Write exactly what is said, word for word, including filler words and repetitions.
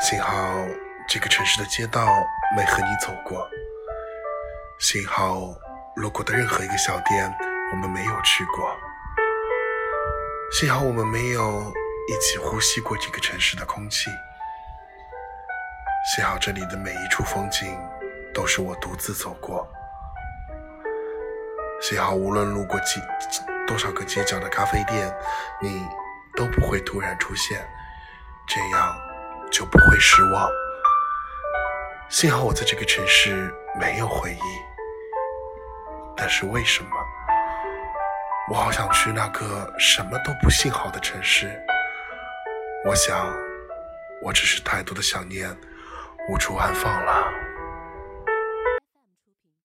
幸好这个城市的街道没和你走过，幸好路过的任何一个小店我们没有去过，幸好我们没有一起呼吸过这个城市的空气，幸好这里的每一处风景都是我独自走过，幸好无论路过几多少个街角的咖啡店，你都不会突然出现，这样就不会失望。幸好我在这个城市没有回忆，但是为什么我好想去那个什么都不幸好的城市？我想我只是太多的想念无处安放了。